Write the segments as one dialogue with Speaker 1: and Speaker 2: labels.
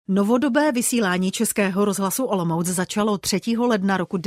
Speaker 1: Novodobé vysílání Českého rozhlasu Olomouc začalo 3. ledna roku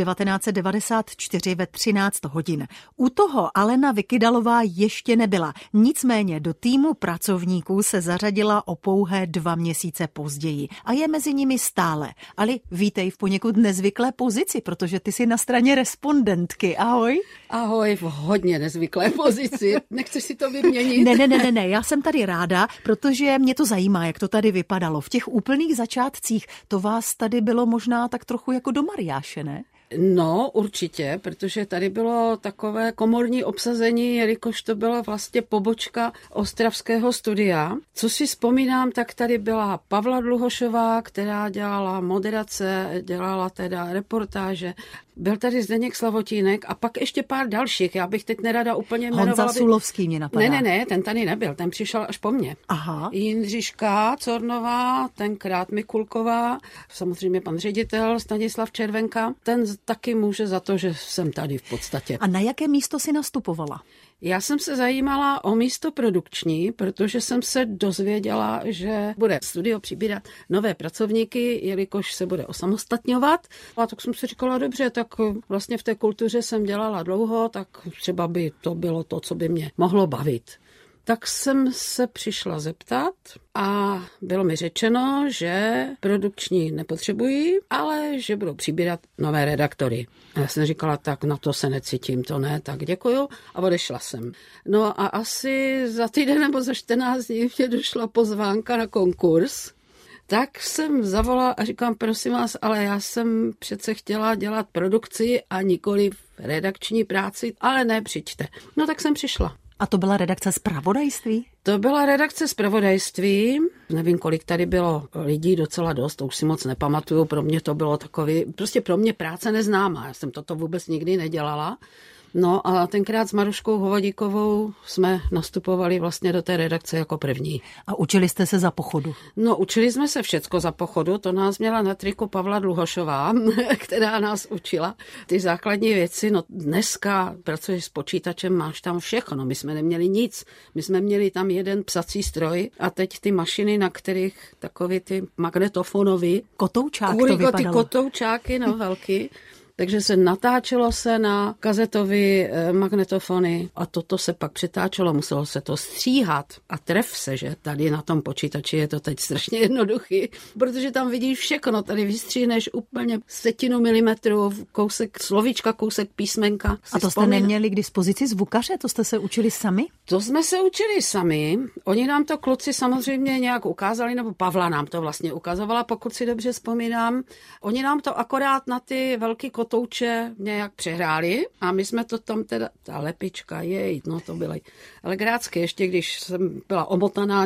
Speaker 1: 1994 ve 13 hodin. U toho Alena Vykydalová ještě nebyla. Nicméně do týmu pracovníků se zařadila o pouhé 2 měsíce později. A je mezi nimi stále. Ali, vítej v poněkud nezvyklé pozici, protože ty jsi na straně respondentky. Ahoj.
Speaker 2: Ahoj, v hodně nezvyklé pozici. Nechceš si to vyměnit?
Speaker 1: Ne, já jsem tady ráda, protože mě to zajímá, jak to tady vypadalo. V těch úplných začátcích to vás tady bylo možná tak trochu jako do Mariáše, ne?
Speaker 2: No, určitě, protože tady bylo takové komorní obsazení, jelikož to byla vlastně pobočka ostravského studia. Co si vzpomínám, tak tady byla Pavla Dluhošová, která dělala moderace, dělala teda reportáže. Byl tady Zdeněk Slavotínek a pak ještě pár dalších. Já bych teď nerada úplně jmenovala.
Speaker 1: Honza Sulovský mě napadá.
Speaker 2: Ne, ten tady nebyl, ten přišel až po mně.
Speaker 1: Aha.
Speaker 2: Jindřiška Cornová, tenkrát Mikulková, samozřejmě pan ředitel Stanislav Červenka, ten taky může za to, že jsem tady v podstatě.
Speaker 1: A na jaké místo si nastupovala?
Speaker 2: Já jsem se zajímala o místo produkční, protože jsem se dozvěděla, že bude studio přibírat nové pracovníky, jelikož se bude osamostatňovat. A tak jsem si říkala, dobře, tak vlastně v té kultuře jsem dělala dlouho, tak třeba by to bylo to, co by mě mohlo bavit. Tak jsem se přišla zeptat a bylo mi řečeno, že produkční nepotřebují, ale že budou přibírat nové redaktory. A já jsem říkala, tak na to se necítím, to ne, tak děkuju a odešla jsem. No a asi za týden nebo za 14 dní mě došla pozvánka na konkurs. Tak jsem zavolala a říkám, prosím vás, ale já jsem přece chtěla dělat produkci a nikoli redakční práci, ale ne, přijďte. No tak jsem přišla.
Speaker 1: A to byla redakce zpravodajství?
Speaker 2: To byla redakce zpravodajství. Nevím, kolik tady bylo lidí, docela dost, to už si moc nepamatuju. Pro mě to bylo takový, prostě pro mě práce neznámá. Já jsem toto vůbec nikdy nedělala. No a tenkrát s Maruškou Hovadíkovou jsme nastupovali vlastně do té redakce jako první.
Speaker 1: A učili jste se za pochodu?
Speaker 2: No, učili jsme se všecko za pochodu, to nás měla na triku Pavla Dluhošová, která nás učila ty základní věci. No dneska pracuješ s počítačem, máš tam všechno, my jsme neměli nic, my jsme měli tam jeden psací stroj a teď ty mašiny, na kterých takový ty magnetofonový.
Speaker 1: Kotoučák to vypadalo.
Speaker 2: Ty kotoučáky, no velký. Takže se natáčelo se na kazetové magnetofony a toto se pak přetáčelo, muselo se to stříhat a tref se, že tady na tom počítači je to teď strašně jednoduchý, protože tam vidíš všechno, tady vystříhneš úplně 100 milimetrů, kousek slovíčka, kousek písmenka.
Speaker 1: A to jste neměli k dispozici zvukaře, to jste se učili sami?
Speaker 2: To jsme se učili sami, oni nám to kluci samozřejmě nějak ukázali, nebo Pavla nám to vlastně ukazovala, pokud si dobře vzpomínám. Oni nám to akorát na ty velký kotouče nějak přehráli a my jsme to tam teda, ta lepička, no to bylo elegrácky, ještě když jsem byla omotaná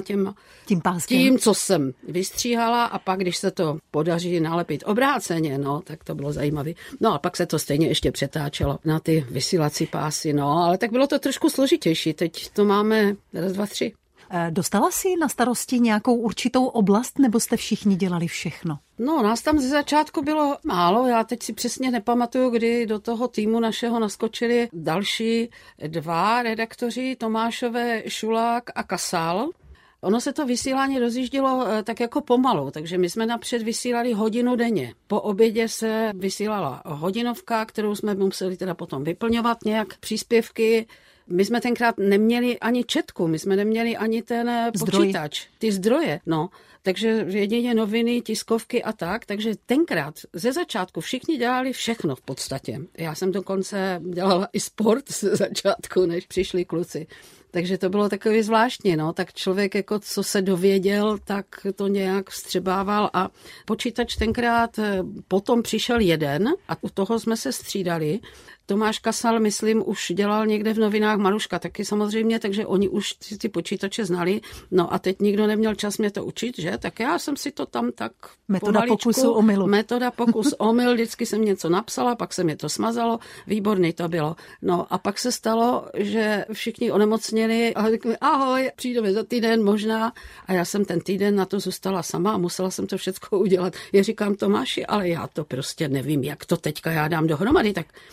Speaker 2: tím, co jsem vystříhala a pak, když se to podaří nalepit obráceně, no, tak to bylo zajímavé. No a pak se to stejně ještě přetáčelo na ty vysílací pásy, no, ale tak bylo to trošku složitější, teď to máme 1, 2, 3.
Speaker 1: Dostala jsi na starosti nějakou určitou oblast, nebo jste všichni dělali všechno?
Speaker 2: No, nás tam ze začátku bylo málo, já teď si přesně nepamatuju, kdy do toho týmu našeho naskočili další 2 redaktoři, Tomášové, Šulák a Kasal. Ono se to vysílání rozjíždělo tak jako pomalu, takže my jsme napřed vysílali hodinu denně. Po obědě se vysílala hodinovka, kterou jsme museli teda potom vyplňovat nějak příspěvky. My jsme tenkrát neměli ani četku, my jsme neměli ani ten počítač, ty zdroje, no. Takže jedině noviny, tiskovky a tak, takže tenkrát ze začátku všichni dělali všechno v podstatě. Já jsem dokonce dělala i sport ze začátku, než přišli kluci. Takže to bylo takový zvláštní, no, tak člověk jako co se dověděl, tak to nějak vstřebával a počítač tenkrát potom přišel jeden a u toho jsme se střídali. Tomáš Kasal, myslím, už dělal někde v novinách, Maruška taky samozřejmě, takže oni už ty počítače znali. No a teď nikdo neměl čas mě to učit, že? Tak já jsem si to tam tak
Speaker 1: Metoda pokusu omylu.
Speaker 2: Metoda pokus omyl, vždycky jsem něco napsala, pak se mě to smazalo, výborný to bylo. No a pak se stalo, že všichni onemocněli a řekli, ahoj, přijdeme za týden možná. A já jsem ten týden na to zůstala sama a musela jsem to všecko udělat. Já říkám Tomáši, ale já to prostě nevím, jak to teďka já dám dohromady. Tak on říkal,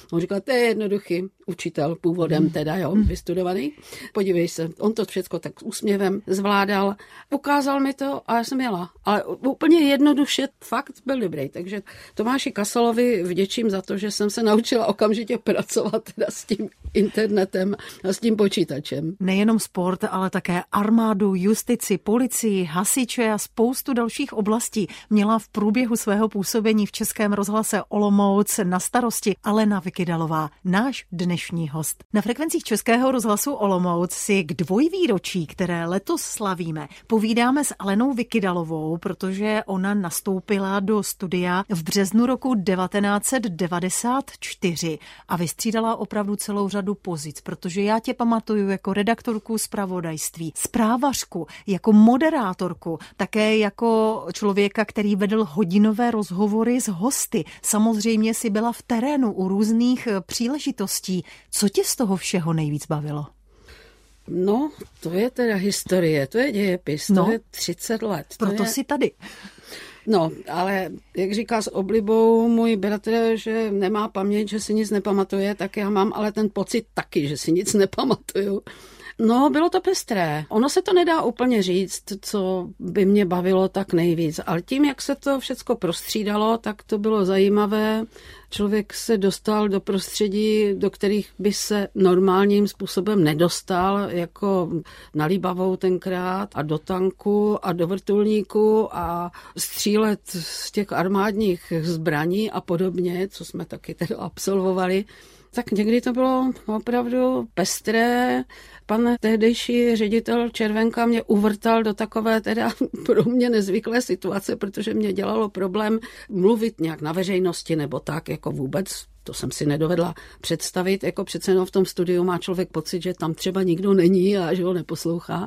Speaker 2: to je jednoduchý učitel původem teda, jo, vystudovaný. Podívej se, on to všechno tak s úsměvem zvládal. Ukázal mi to a já jsem jela. Ale úplně jednoduše fakt byl dobrý. Takže Tomáši Kasalovi vděčím za to, že jsem se naučila okamžitě pracovat teda s tím internetem a s tím počítačem.
Speaker 1: Nejenom sport, ale také armádu, justici, policii, hasiče a spoustu dalších oblastí měla v průběhu svého působení v Českém rozhlase Olomouc na starosti Alena Vykydalová, náš dnešní host. Na frekvencích Českého rozhlasu Olomouc si k dvojvýročí, které letos slavíme, povídáme s Alenou Vykydalovou, protože ona nastoupila do studia v březnu roku 1994 a vystřídala opravdu celou řadu pozic, protože já tě pamatuju jako redaktorku zpravodajství, zprávařku, jako moderátorku, také jako člověka, který vedl hodinové rozhovory s hosty. Samozřejmě si byla v terénu u různých příležitostí. Co tě z toho všeho nejvíc bavilo?
Speaker 2: No, to je teda historie, to je dějepis, to je 30 let.
Speaker 1: Proto jsi tady.
Speaker 2: No, ale jak říká s oblibou můj bratr, že nemá paměť, že si nic nepamatuje, tak já mám ale ten pocit taky, že si nic nepamatuju. No, bylo to pestré. Ono se to nedá úplně říct, co by mě bavilo tak nejvíc, ale tím, jak se to všecko prostřídalo, tak to bylo zajímavé. Člověk se dostal do prostředí, do kterých by se normálním způsobem nedostal, jako na Líbavou tenkrát a do tanku a do vrtulníku a střílet z těch armádních zbraní a podobně, co jsme taky teda absolvovali. Tak někdy to bylo opravdu pestré. Pan tehdejší ředitel Červenka mě uvrtal do takové teda pro mě nezvyklé situace, protože mě dělalo problém mluvit nějak na veřejnosti nebo tak, jako vůbec. To jsem si nedovedla představit, jako přece jenom v tom studiu má člověk pocit, že tam třeba nikdo není a že ho neposlouchá.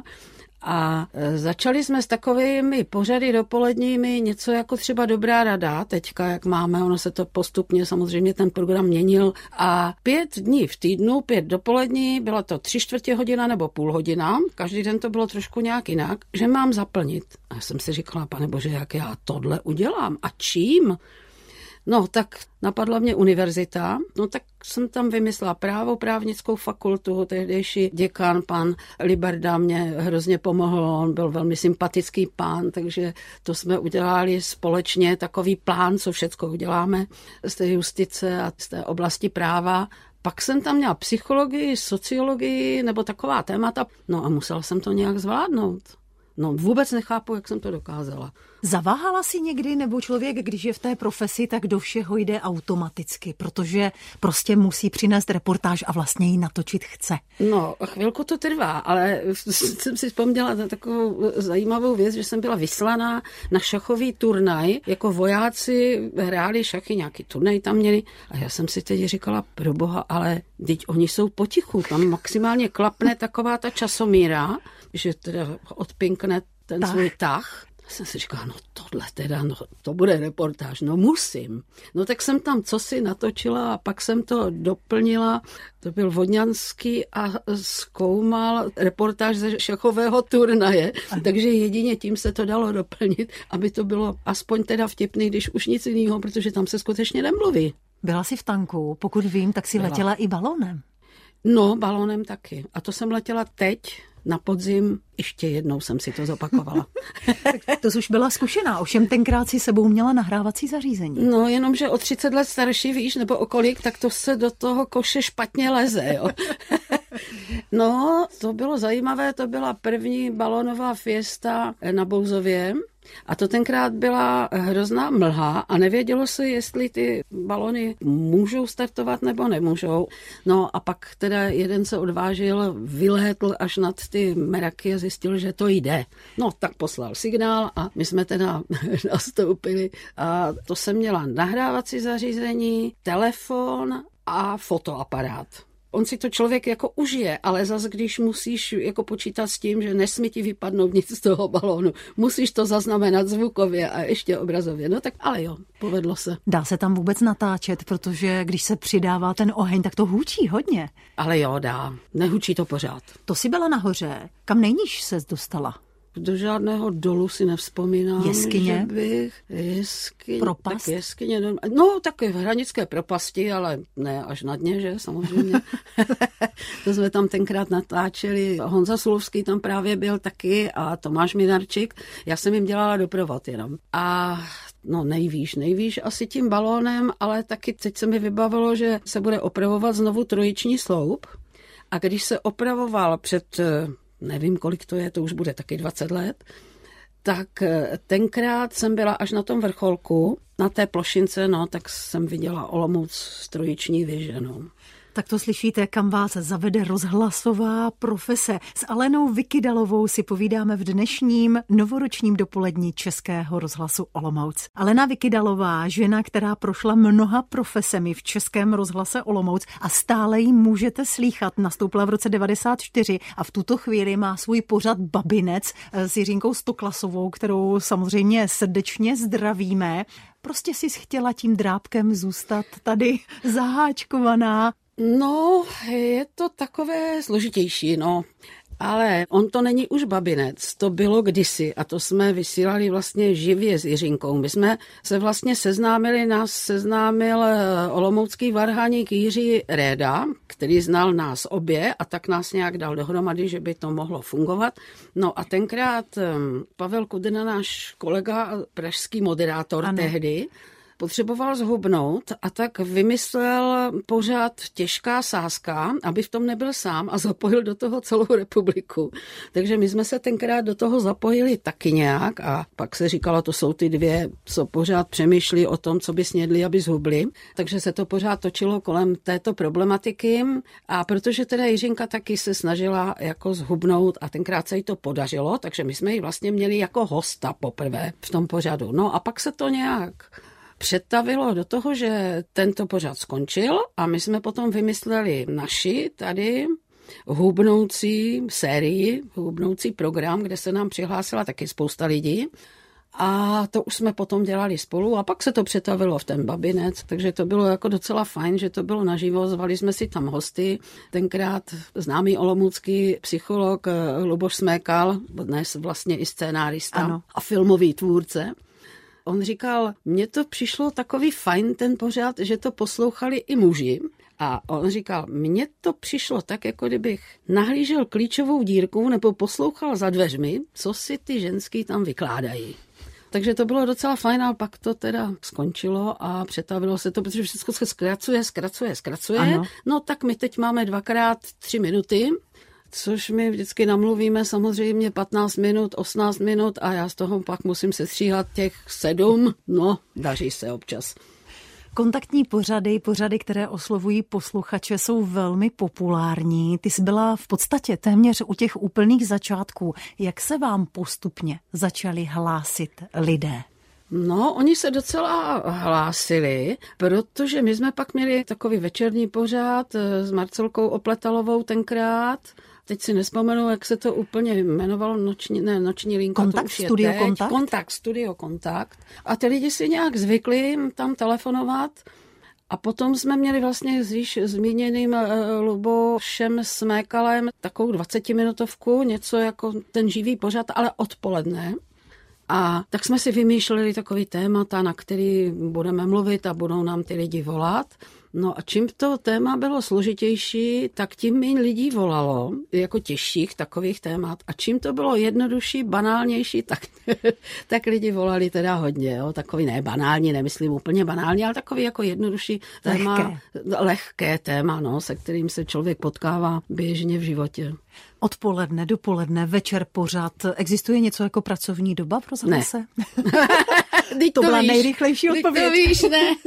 Speaker 2: A začali jsme s takovými pořady dopoledními, něco jako třeba Dobrá rada, teďka jak máme, ono se to postupně, samozřejmě ten program měnil a 5 dní v týdnu, 5 dopolední, byla to 3/4 hodina nebo půl hodina, každý den to bylo trošku nějak jinak, že mám zaplnit. A já jsem si říkala, pane bože, jak já tohle udělám a čím? No, tak napadla mě univerzita, no tak jsem tam vymyslela právo, právnickou fakultu, tehdejší děkan, pan Liberda, mě hrozně pomohl, on byl velmi sympatický pán, takže to jsme udělali společně, takový plán, co všecko uděláme z té justice a z té oblasti práva. Pak jsem tam měla psychologii, sociologii nebo taková témata, no a musela jsem to nějak zvládnout. No vůbec nechápu, jak jsem to dokázala.
Speaker 1: Zaváhala jsi někdy, nebo člověk, když je v té profesi, tak do všeho jde automaticky, protože prostě musí přinést reportáž a vlastně ji natočit chce?
Speaker 2: No, chvilku to trvá, ale jsem si vzpomněla na takovou zajímavou věc, že jsem byla vyslaná na šachový turnaj, jako vojáci hráli šachy, nějaký turnaj tam měli a já jsem si teď říkala, proboha, ale teď oni jsou potichu, tam maximálně klapne taková ta časomíra, že teda odpinkne ten svůj tah. Jsem si říkala, no tohle teda, no to bude reportáž, no musím. No tak jsem tam cosi natočila a pak jsem to doplnila. To byl Vodňanský a zkoumal reportáž ze šachového turnaje, takže jedině tím se to dalo doplnit, aby to bylo aspoň teda vtipný, když už nic jiného, protože tam se skutečně nemluví.
Speaker 1: Byla jsi v tanku, pokud vím, tak si letěla i balónem.
Speaker 2: No, balónem taky. A to jsem letěla teď, na podzim, ještě jednou jsem si to zopakovala.
Speaker 1: To už byla zkušená, ovšem tenkrát si sebou měla nahrávací zařízení.
Speaker 2: No, jenomže o 30 let starší, víš, nebo o kolik, tak to se do toho koše špatně leze, jo. No, to bylo zajímavé, to byla první balónová fiesta na Bouzově. A to tenkrát byla hrozná mlha a nevědělo se, jestli ty balony můžou startovat nebo nemůžou. No a pak teda jeden se odvážil, vylétl až nad ty meraky a zjistil, že to jde. No tak poslal signál a my jsme teda nastoupili a to jsem měla nahrávací zařízení, telefon a fotoaparát. On si to člověk jako užije, ale zase když musíš jako počítat s tím, že nesmí ti vypadnout nic z toho balónu, musíš to zaznamenat zvukově a ještě obrazově. No tak ale jo, povedlo se.
Speaker 1: Dá se tam vůbec natáčet, protože když se přidává ten oheň, tak to hučí hodně.
Speaker 2: Ale jo, dá. Nehučí to pořád.
Speaker 1: To si byla nahoře. Kam nejníž ses dostala?
Speaker 2: Do žádného dolu si nevzpomínám.
Speaker 1: Jeskyně?
Speaker 2: Propast? Tak jeskyně. No, taky v Hranické propasti, ale ne až na dně, že samozřejmě. To jsme tam tenkrát natáčeli. Honza Sulovský tam právě byl taky a Tomáš Minarčík. Já jsem jim dělala doprovod jenom. A no nejvíš asi tím balónem, ale taky teď se mi vybavilo, že se bude opravovat znovu trojiční sloup. A když se opravoval před, nevím kolik to už bude taky 20 let, tak tenkrát jsem byla až na tom vrcholku, na té plošince, no, tak jsem viděla Olomouc z trojiční věže, no.
Speaker 1: Tak to slyšíte, kam vás zavede rozhlasová profese. S Alenou Vykydalovou si povídáme v dnešním novoročním dopolední Českého rozhlasu Olomouc. Alena Vykydalová, žena, která prošla mnoha profesemi v Českém rozhlase Olomouc a stále jí můžete slýchat, nastoupila v roce 94 a v tuto chvíli má svůj pořad Babinec s Jiřinkou Stoklasovou, kterou samozřejmě srdečně zdravíme. Prostě si chtěla tím drápkem zůstat tady zaháčkovaná.
Speaker 2: No, je to takové složitější, no. Ale on to není už Babinec, to bylo kdysi a to jsme vysílali vlastně živě s Jiřinkou. My jsme se vlastně seznámil olomoucký varhaník Jiří Réda, který znal nás obě a tak nás nějak dal dohromady, že by to mohlo fungovat. No a tenkrát Pavel Kudrna, náš kolega, pražský moderátor tehdy, potřeboval zhubnout a tak vymyslel pořád Těžká sázka, aby v tom nebyl sám a zapojil do toho celou republiku. Takže my jsme se tenkrát do toho zapojili taky nějak a pak se říkalo, to jsou ty dvě, co pořád přemýšlí o tom, co by snědli, aby zhubli. Takže se to pořád točilo kolem této problematiky a protože teda Jiřinka taky se snažila jako zhubnout a tenkrát se jí to podařilo, takže my jsme ji vlastně měli jako hosta poprvé v tom pořadu. No a pak se to nějak přetavilo do toho, že tento pořad skončil a my jsme potom vymysleli naši tady hubnoucí sérii, hubnoucí program, kde se nám přihlásila taky spousta lidí. A to už jsme potom dělali spolu a pak se to přetavilo v ten Babinec, takže to bylo jako docela fajn, že to bylo naživo, zvali jsme si tam hosty. Tenkrát známý olomoucký psycholog Luboš Smekal, dnes vlastně i scénárista a filmový tvůrce. On říkal, mně to přišlo takový fajn ten pořad, že to poslouchali i muži. A on říkal, mně to přišlo tak, jako kdybych nahlížel klíčovou dírku nebo poslouchal za dveřmi, co si ty ženský tam vykládají. Takže to bylo docela fajn, ale pak to teda skončilo a přetavilo se to, protože všechno se zkracuje. Ano. No tak my teď máme 2x3 minuty, což my vždycky namluvíme samozřejmě 15 minut, 18 minut a já z toho pak musím sestříhat těch 7, no daří se občas.
Speaker 1: Kontaktní pořady, které oslovují posluchače, jsou velmi populární. Ty jsi byla v podstatě téměř u těch úplných začátků. Jak se vám postupně začali hlásit lidé?
Speaker 2: No, oni se docela hlásili, protože my jsme pak měli takový večerní pořad s Marcelkou Opletalovou tenkrát. Teď si nespomenu, jak se to úplně jmenovalo, noční linka.
Speaker 1: Kontakt, Studio Kontakt?
Speaker 2: Studio Kontakt. A ty lidi si nějak zvykli tam telefonovat. A potom jsme měli vlastně s již zmíněným Lubošem Smékalem takovou 20-minutovku, něco jako ten živý pořad, ale odpoledne. A tak jsme si vymýšleli takový témata, na který budeme mluvit a budou nám ty lidi volat. No a čím to téma bylo složitější, tak tím méně lidí volalo, jako těžších takových témat. A čím to bylo jednodušší, banálnější, tak lidi volali teda hodně. Jo? Takový ne banální, nemyslím úplně banální, ale takový jako jednodušší téma. Lehké téma, no, se kterým se člověk potkává běžně v životě.
Speaker 1: Odpoledne, dopoledne, večer pořad. Existuje něco jako pracovní doba v rozhlase?
Speaker 2: Ne.
Speaker 1: To byla nejrychlejší odpověď.
Speaker 2: To víš,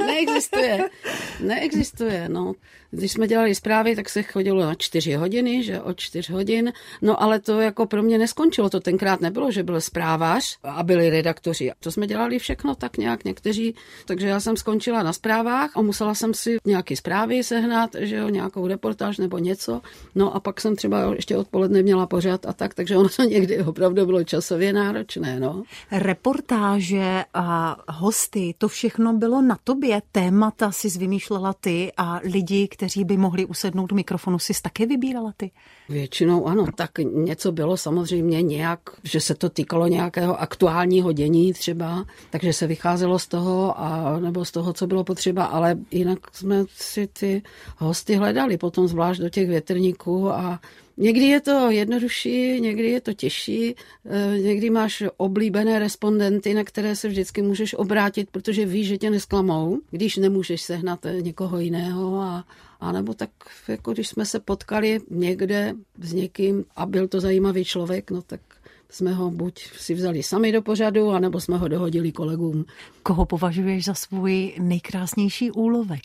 Speaker 2: neexistuje, no. Když jsme dělali zprávy, tak se chodilo na 4 hodiny, že od 4 hodin, no ale to jako pro mě neskončilo, to tenkrát nebylo, že byl zprávař a byli redaktoři. To jsme dělali všechno tak nějak někteří, takže já jsem skončila na zprávách a musela jsem si nějaký zprávy sehnat, že jo, nějakou reportáž nebo něco, no a pak jsem třeba ještě odpoledne měla pořad a tak, takže ono to někdy opravdu bylo časově náročné, no.
Speaker 1: Reportáže a hosty, to všechno bylo na tobě, témata si vymýšlela vymýšlela ty a lidi, kteří by mohli usednout do mikrofonu, si taky vybírala ty?
Speaker 2: Většinou ano, tak něco bylo samozřejmě nějak, že se to týkalo nějakého aktuálního dění třeba, takže se vycházelo z toho, nebo z toho, co bylo potřeba, ale jinak jsme si ty hosty hledali potom zvlášť do těch větrníků a někdy je to jednodušší, někdy je to těžší, někdy máš oblíbené respondenty, na které se vždycky můžeš obrátit, protože víš, že tě nesklamou, když nemůžeš sehnat někoho jiného a nebo tak, jako když jsme se potkali někde s někým a byl to zajímavý člověk, no tak jsme ho buď si vzali sami do pořadu, anebo jsme ho dohodili kolegům.
Speaker 1: Koho považuješ za svůj nejkrásnější úlovek?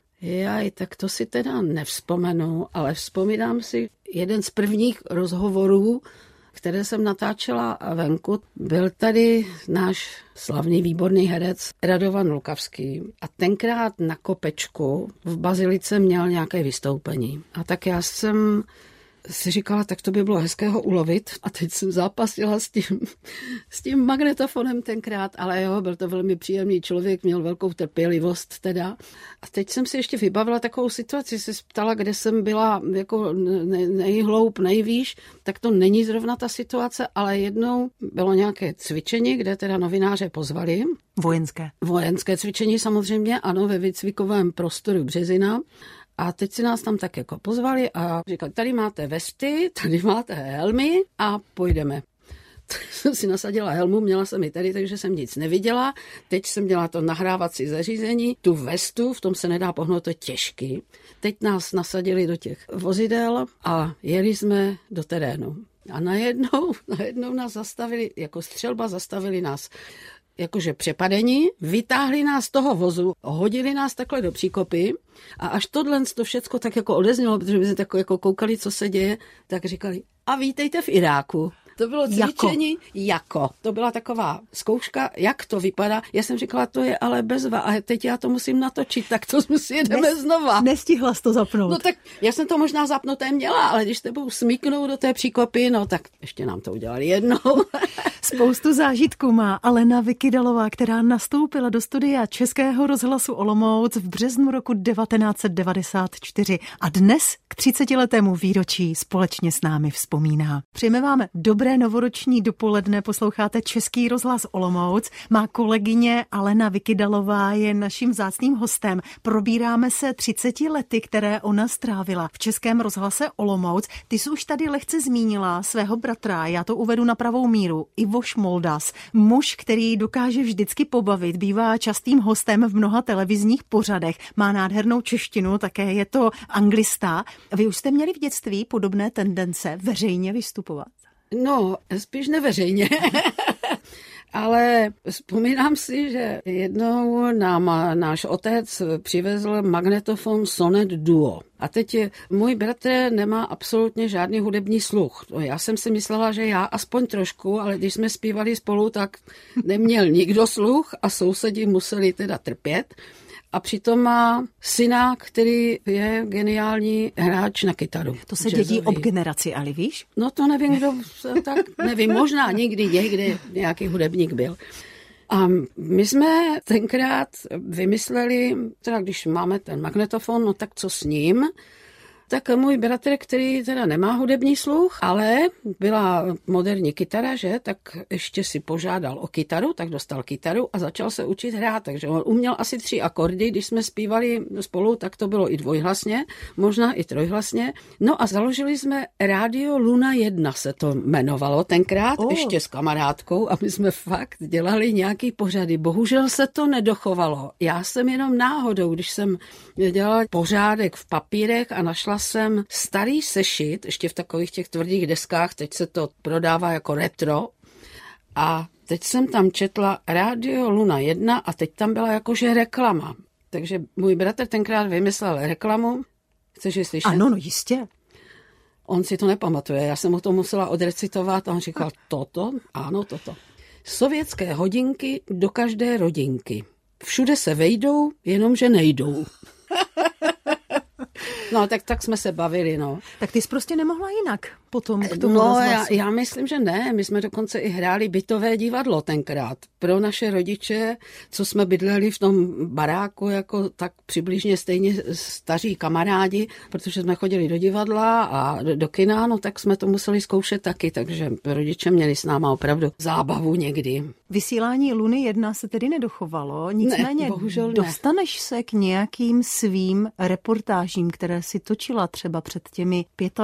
Speaker 2: Tak to si teda nevzpomenu, ale vzpomínám si jeden z prvních rozhovorů, které jsem natáčela venku. Byl tady náš slavný výborný herec Radovan Lukavský a tenkrát na Kopečku v Bazilice měl nějaké vystoupení. A tak já jsem si říkala, tak to by bylo hezké ho ulovit a teď jsem zápasila s tím magnetofonem tenkrát, ale jo, byl to velmi příjemný člověk, měl velkou trpělivost teda. A teď jsem si ještě vybavila takovou situaci, se ptala, kde jsem byla jako nejhloub, nejvýš, tak to není zrovna ta situace, ale jednou bylo nějaké cvičení, kde teda novináře pozvali. Vojenské cvičení samozřejmě, ano, ve výcvikovém prostoru Březina. A teď si nás tam tak jako pozvali a říkali, tady máte vesty, tady máte helmy a pojdeme. Tak jsem si nasadila helmu, měla jsem ji tady, takže jsem nic neviděla. Teď jsem měla to nahrávací zařízení, tu vestu, v tom se nedá pohnout, to je těžký. Teď nás nasadili do těch vozidel a jeli jsme do terénu. A najednou nás zastavili, jako střelba zastavili nás jakože přepadení, vytáhli nás z toho vozu, hodili nás takhle do příkopy a až tohle to všecko tak jako odeznělo, protože my jsme tak jako koukali, co se děje, tak říkali, a vítejte v Iráku. To bylo cvičení jako. To byla taková zkouška, jak to vypadá. Já jsem říkala, to je ale bezva a teď já to musím natočit, tak to si jedeme znova.
Speaker 1: Nestihla jsi to zapnout.
Speaker 2: No tak já jsem to možná zapnuté měla, ale když tebou smíknou do té příkopy, no tak ještě nám to udělali jednou.
Speaker 1: Spoustu zážitků má Alena Vykydalová, která nastoupila do studia Českého rozhlasu Olomouc v březnu roku 1994 a dnes k 30letému výročí společně s námi vzpomíná. Přejeme vám dobré novoroční dopoledne, posloucháte Český rozhlas Olomouc. Má kolegyně Alena Vykydalová je naším vzácným hostem. Probíráme se 30 lety, které ona strávila v Českém rozhlase Olomouc. Ty jsi už tady lehce zmínila svého bratra, já to uvedu na pravou míru, Ivo Šmoldas, muž, který dokáže vždycky pobavit, bývá častým hostem v mnoha televizních pořadech, má nádhernou češtinu, také je to anglista. Vy už jste měli v dětství podobné tendence veřejně vystupovat?
Speaker 2: No, spíš neveřejně. Ale vzpomínám si, že jednou nám náš otec přivezl magnetofon Sonet Duo. A teď můj bratr nemá absolutně žádný hudební sluch. Já jsem si myslela, že já aspoň trošku, ale když jsme zpívali spolu, tak neměl nikdo sluch a sousedi museli teda trpět. A přitom má syna, který je geniální hráč na kytaru.
Speaker 1: To se dědí ob generaci, ale víš?
Speaker 2: No to nevím, kdo, tak nevím, možná někdy nějaký hudebník byl. A my jsme tenkrát vymysleli, teda když máme ten magnetofon, no tak co s ním? Tak můj bratr, který teda nemá hudební sluch, ale byla moderní kytara, že? Tak ještě si požádal o kytaru, tak dostal kytaru a začal se učit hrát. Takže on uměl asi 3 akordy, když jsme zpívali spolu, tak to bylo i dvojhlasně, možná i trojhlasně. No a založili jsme Rádio Luna 1 se to jmenovalo tenkrát, ještě s kamarádkou a my jsme fakt dělali nějaký pořady. Bohužel se to nedochovalo. Já jsem jenom náhodou, když jsem dělala pořádek v papírech a našla jsem starý sešit, ještě v takových těch tvrdých deskách, teď se to prodává jako retro. A teď jsem tam četla Rádio Luna 1 a teď tam byla jakože reklama. Takže můj bratr tenkrát vymyslel reklamu. Chceš ji slyšet?
Speaker 1: Ano, no jistě.
Speaker 2: On si to nepamatuje, já jsem mu to musela odrecitovat a on říkal, toto? Ano, toto. Sovětské hodinky do každé rodinky. Všude se vejdou, jenomže nejdou. No, tak jsme se bavili, no.
Speaker 1: Tak ty jsi prostě nemohla jinak. potom k tomu
Speaker 2: No,
Speaker 1: rozhlasu?
Speaker 2: já myslím, že ne. My jsme dokonce i hráli bytové divadlo tenkrát. Pro naše rodiče, co jsme bydleli v tom baráku, jako tak přibližně stejně staří kamarádi, protože jsme chodili do divadla a do kina, no tak jsme to museli zkoušet taky, takže rodiče měli s náma opravdu zábavu někdy.
Speaker 1: Vysílání Luny 1 se tedy nedochovalo, nicméně
Speaker 2: Ne, bohužel ne.
Speaker 1: dostaneš se k nějakým svým reportážím, které si točila třeba před těmi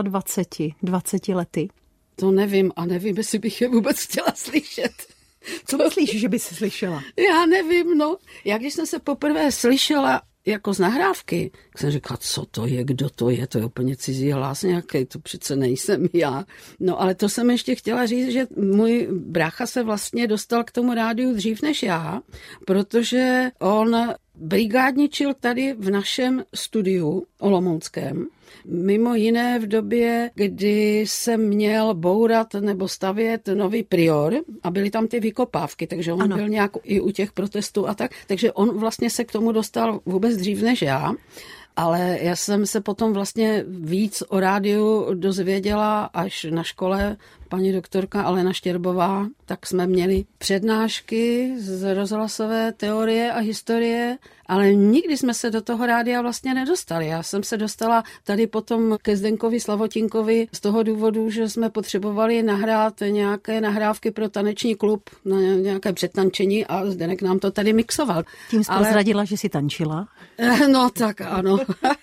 Speaker 1: 25-20 lety?
Speaker 2: To nevím a nevím, jestli bych je vůbec chtěla slyšet.
Speaker 1: Co myslíš, že by si slyšela?
Speaker 2: Já nevím, no. Já když jsem se poprvé slyšela jako z nahrávky, tak jsem říkala, co to je, kdo to je úplně cizí hlas nějaký, to přece nejsem já. No ale to jsem ještě chtěla říct, že můj brácha se vlastně dostal k tomu rádiu dřív než já, protože on brigádničil tady v našem studiu olomouckém, mimo jiné v době, kdy jsem měl bourat nebo stavět nový prior a byly tam ty vykopávky, takže on byl nějak i u těch protestů a tak, takže on vlastně se k tomu dostal vůbec dřív než já. Ale já jsem se potom vlastně víc o rádiu dozvěděla až na škole. Paní doktorka Alena Štěrbová, tak jsme měli přednášky z rozhlasové teorie a historie, ale nikdy jsme se do toho rádia vlastně nedostali. Já jsem se dostala tady potom ke Zdenkovi Slavotinkovi z toho důvodu, že jsme potřebovali nahrát nějaké nahrávky pro taneční klub na nějaké předtančení a Zdenek nám to tady mixoval.
Speaker 1: Tím jsi prozradila, že jsi tančila?
Speaker 2: No tak ano,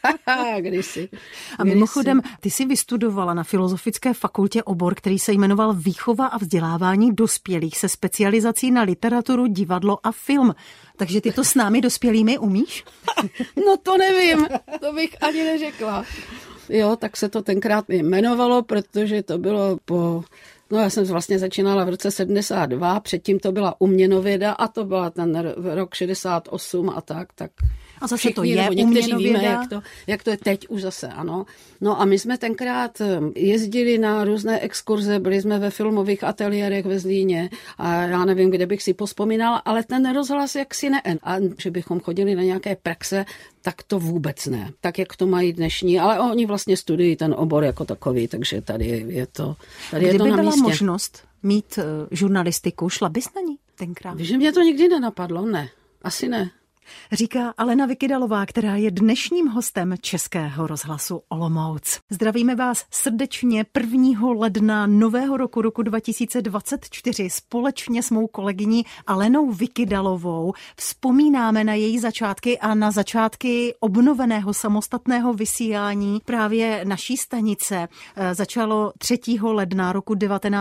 Speaker 2: kdysi.
Speaker 1: A mimochodem, ty jsi vystudovala na Filozofické fakultě obor, který se jmenoval Výchova a vzdělávání dospělých se specializací na literaturu, divadlo a film. Takže ty to s námi dospělými umíš?
Speaker 2: No to nevím, to bych ani neřekla. Jo, tak se to tenkrát jmenovalo, protože to bylo No já jsem vlastně začínala v roce 72, předtím to byla uměnověda a to byla ten rok 68 a tak.
Speaker 1: A zase
Speaker 2: všichni,
Speaker 1: to je
Speaker 2: někteří víme,
Speaker 1: uměnověda.
Speaker 2: jak to je teď už zase, ano. No a my jsme tenkrát jezdili na různé exkurze, byli jsme ve filmových ateliérech ve Zlíně a já nevím, kde bych si pospomínala, ale ten rozhlas jaksi ne. A že bychom chodili na nějaké praxe, tak to vůbec ne. Tak, jak to mají dnešní, ale oni vlastně studují ten obor jako takový, takže tady je to na místě.
Speaker 1: Kdyby byla možnost mít žurnalistiku, šla bys na ní tenkrát?
Speaker 2: Víš, že mě to nikdy nenapadlo? Ne, asi ne.
Speaker 1: Říká Alena Vykydalová, která je dnešním hostem Českého rozhlasu Olomouc. Zdravíme vás srdečně 1. ledna nového roku 2024 společně s mou kolegyní Alenou Vykydalovou. Vzpomínáme na její začátky a na začátky obnoveného samostatného vysílání právě naší stanice. Začalo 3. ledna roku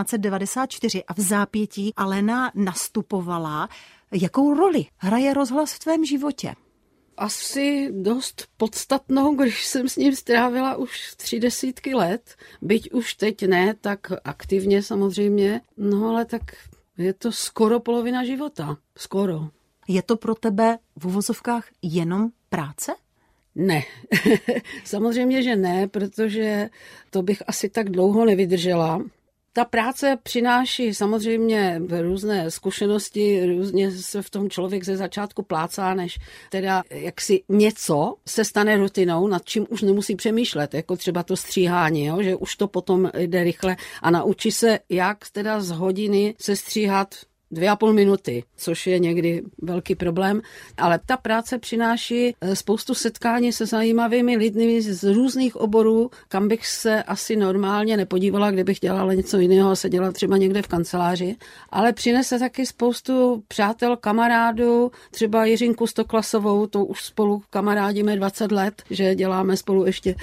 Speaker 1: 1994 a v zápětí Alena nastupovala. Jakou roli hraje rozhlas v tvém životě?
Speaker 2: Asi dost podstatnou, když jsem s ním strávila už 30 let, byť už teď ne tak aktivně samozřejmě, no ale tak je to skoro polovina života, skoro.
Speaker 1: Je to pro tebe v uvozovkách jenom práce?
Speaker 2: Ne, samozřejmě, že ne, protože to bych asi tak dlouho nevydržela. Ta práce přináší samozřejmě různé zkušenosti, různě se v tom člověk ze začátku plácá, než teda jaksi něco se stane rutinou, nad čím už nemusí přemýšlet, jako třeba to stříhání, jo? Že už to potom jde rychle a naučí se, jak teda z hodiny se stříhat 2,5 minuty, což je někdy velký problém, ale ta práce přináší spoustu setkání se zajímavými lidmi z různých oborů, kam bych se asi normálně nepodívala, kdybych dělala něco jiného a seděla třeba někde v kanceláři, ale přinese taky spoustu přátel, kamarádů, třeba Jiřinku Stoklasovou, to už spolu kamarádíme 20 let, že děláme spolu ještě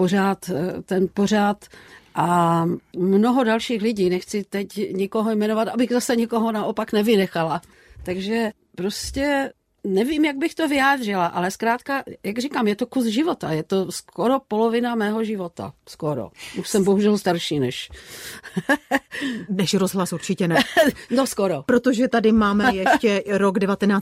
Speaker 2: ten pořád. A mnoho dalších lidí, nechci teď nikoho jmenovat, abych zase nikoho naopak nevynechala. Takže prostě nevím, jak bych to vyjádřila, ale zkrátka, jak říkám, je to kus života, je to skoro polovina mého života, skoro. Už jsem bohužel starší než...
Speaker 1: Než rozhlas určitě ne.
Speaker 2: No skoro.
Speaker 1: Protože tady máme ještě rok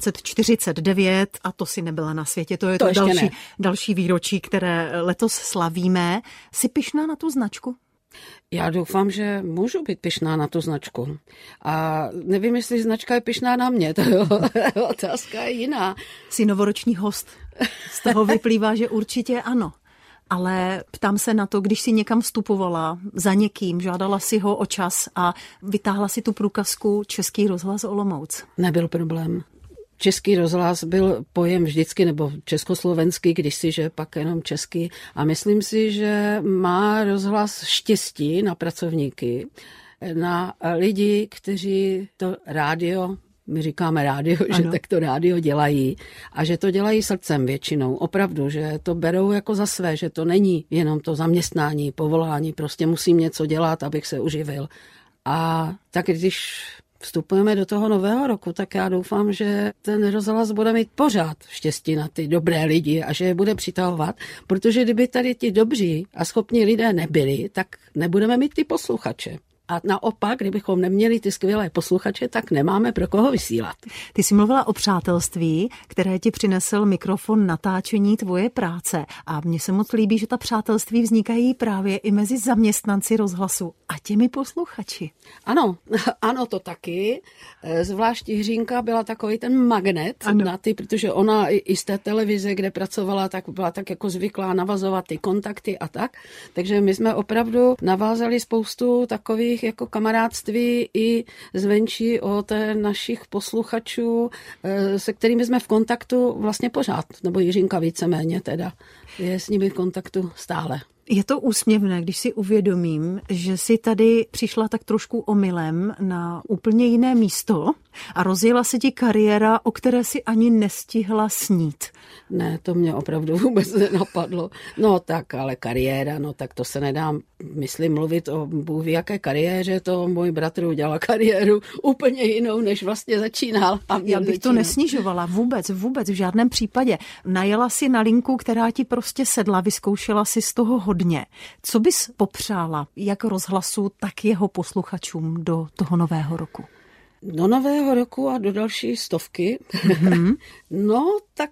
Speaker 1: 1949 a to si nebyla na světě, to je to další výročí, které letos slavíme. Jsi pyšná na tu značku?
Speaker 2: Já doufám, že můžu být pyšná na tu značku. A nevím, jestli značka je pyšná na mě, to je otázka je jiná.
Speaker 1: Jsi novoroční host. Z toho vyplývá, že určitě ano. Ale ptám se na to, když si někam vstupovala za někým, žádala si ho o čas a vytáhla si tu průkazku Český rozhlas Olomouc.
Speaker 2: Nebyl problém. Český rozhlas byl pojem vždycky, nebo československý, kdysi, že pak jenom český. A myslím si, že má rozhlas štěstí na pracovníky, na lidi, kteří to rádio, my říkáme rádio, ano, že tak to rádio dělají a že to dělají srdcem většinou. Opravdu, že to berou jako za své, že to není jenom to zaměstnání, povolání, prostě musím něco dělat, abych se uživil. A tak když vstupujeme do toho nového roku, tak já doufám, že ten rozhlas bude mít pořád štěstí na ty dobré lidi a že je bude přitahovat, protože kdyby tady ti dobří a schopní lidé nebyli, tak nebudeme mít ty posluchače. A naopak, kdybychom neměli ty skvělé posluchače, tak nemáme pro koho vysílat.
Speaker 1: Ty jsi mluvila o přátelství, které ti přinesl mikrofon natáčení tvoje práce. A mně se moc líbí, že ta přátelství vznikají právě i mezi zaměstnanci rozhlasu a těmi posluchači.
Speaker 2: Ano, to taky. Zvlášť Jiřínka byla takový ten magnet na ty, protože ona i z té televize, kde pracovala, tak byla tak jako zvyklá navazovat ty kontakty a tak. Takže my jsme opravdu navázali spoustu takových jako kamarádství i zvenčí od našich posluchačů, se kterými jsme v kontaktu vlastně pořád, nebo Jiřinka víceméně teda je s nimi v kontaktu stále.
Speaker 1: Je to úsměvné, když si uvědomím, že si tady přišla tak trošku omylem na úplně jiné místo a rozjela se ti kariéra, o které si ani nestihla snít.
Speaker 2: Ne, to mě opravdu vůbec nenapadlo. No tak, ale kariéra, no tak to se nedá, myslím, mluvit o Bůh ví jaké kariéře, to můj bratr udělal kariéru úplně jinou, než vlastně začínal.
Speaker 1: Já bych to nesnižovala, vůbec, v žádném případě. Najela si na linku, která ti prostě sedla, vyzkoušela si z toho hodně. Co bys popřála jak rozhlasu, tak jeho posluchačům do toho nového roku?
Speaker 2: Do nového roku a do další stovky. Mm-hmm. No, tak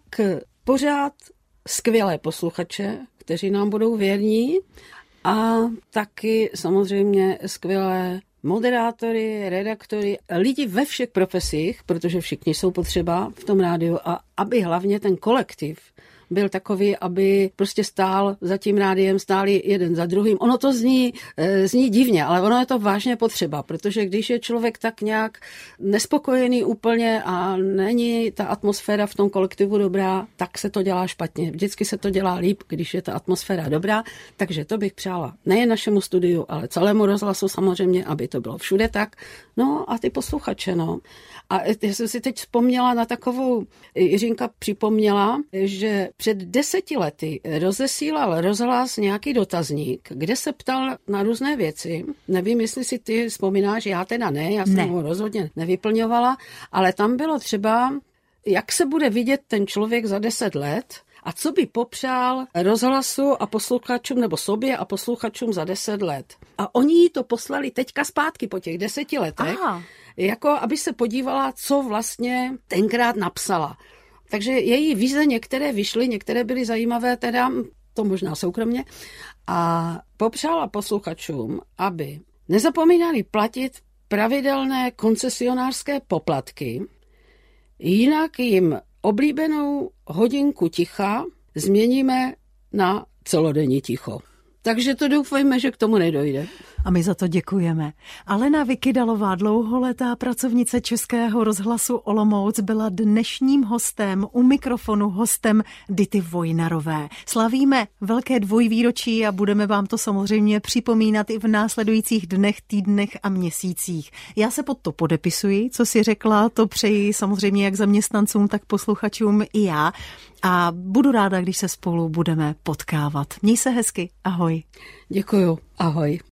Speaker 2: pořád skvělé posluchače, kteří nám budou věrní a taky samozřejmě skvělé moderátory, redaktory, lidi ve všech profesích, protože všichni jsou potřeba v tom rádiu a aby hlavně ten kolektiv byl takový, aby prostě stál za tím rádiem, stáli jeden za druhým. Ono to zní divně, ale ono je to vážně potřeba, protože když je člověk tak nějak nespokojený úplně a není ta atmosféra v tom kolektivu dobrá, tak se to dělá špatně. Vždycky se to dělá líp, když je ta atmosféra dobrá, takže to bych přála nejen našemu studiu, ale celému rozhlasu samozřejmě, aby to bylo všude tak. No a ty posluchače, no. A já jsem si teď vzpomněla na takovou, Jiřinka připomněla, že před 10 lety rozesílal rozhlas nějaký dotazník, kde se ptal na různé věci. Nevím, jestli si ty vzpomínáš, já teda ne, já jsem ho rozhodně nevyplňovala, ale tam bylo třeba, jak se bude vidět ten člověk za 10 let a co by popřál rozhlasu a posluchačům, nebo sobě a posluchačům za 10 let. A oni jí to poslali teďka zpátky po těch 10 letech, jako aby se podívala, co vlastně tenkrát napsala. Takže její vize některé vyšly, některé byly zajímavé, teda to možná soukromně, a popřála posluchačům, aby nezapomínali platit pravidelné koncesionářské poplatky, jinak jim oblíbenou hodinku ticha změníme na celodenní ticho. Takže to doufejme, že k tomu nedojde.
Speaker 1: A my za to děkujeme. Alena Vykydalová, dlouholetá pracovnice Českého rozhlasu Olomouc, byla dnešním hostem, u mikrofonu hostem Dity Vojnarové. Slavíme velké dvojvýročí a budeme vám to samozřejmě připomínat i v následujících dnech, týdnech a měsících. Já se pod to podepisuji, co si řekla, to přeji samozřejmě jak zaměstnancům, tak posluchačům i já. A budu ráda, když se spolu budeme potkávat. Měj se hezky, ahoj.
Speaker 2: Děkuju, ahoj.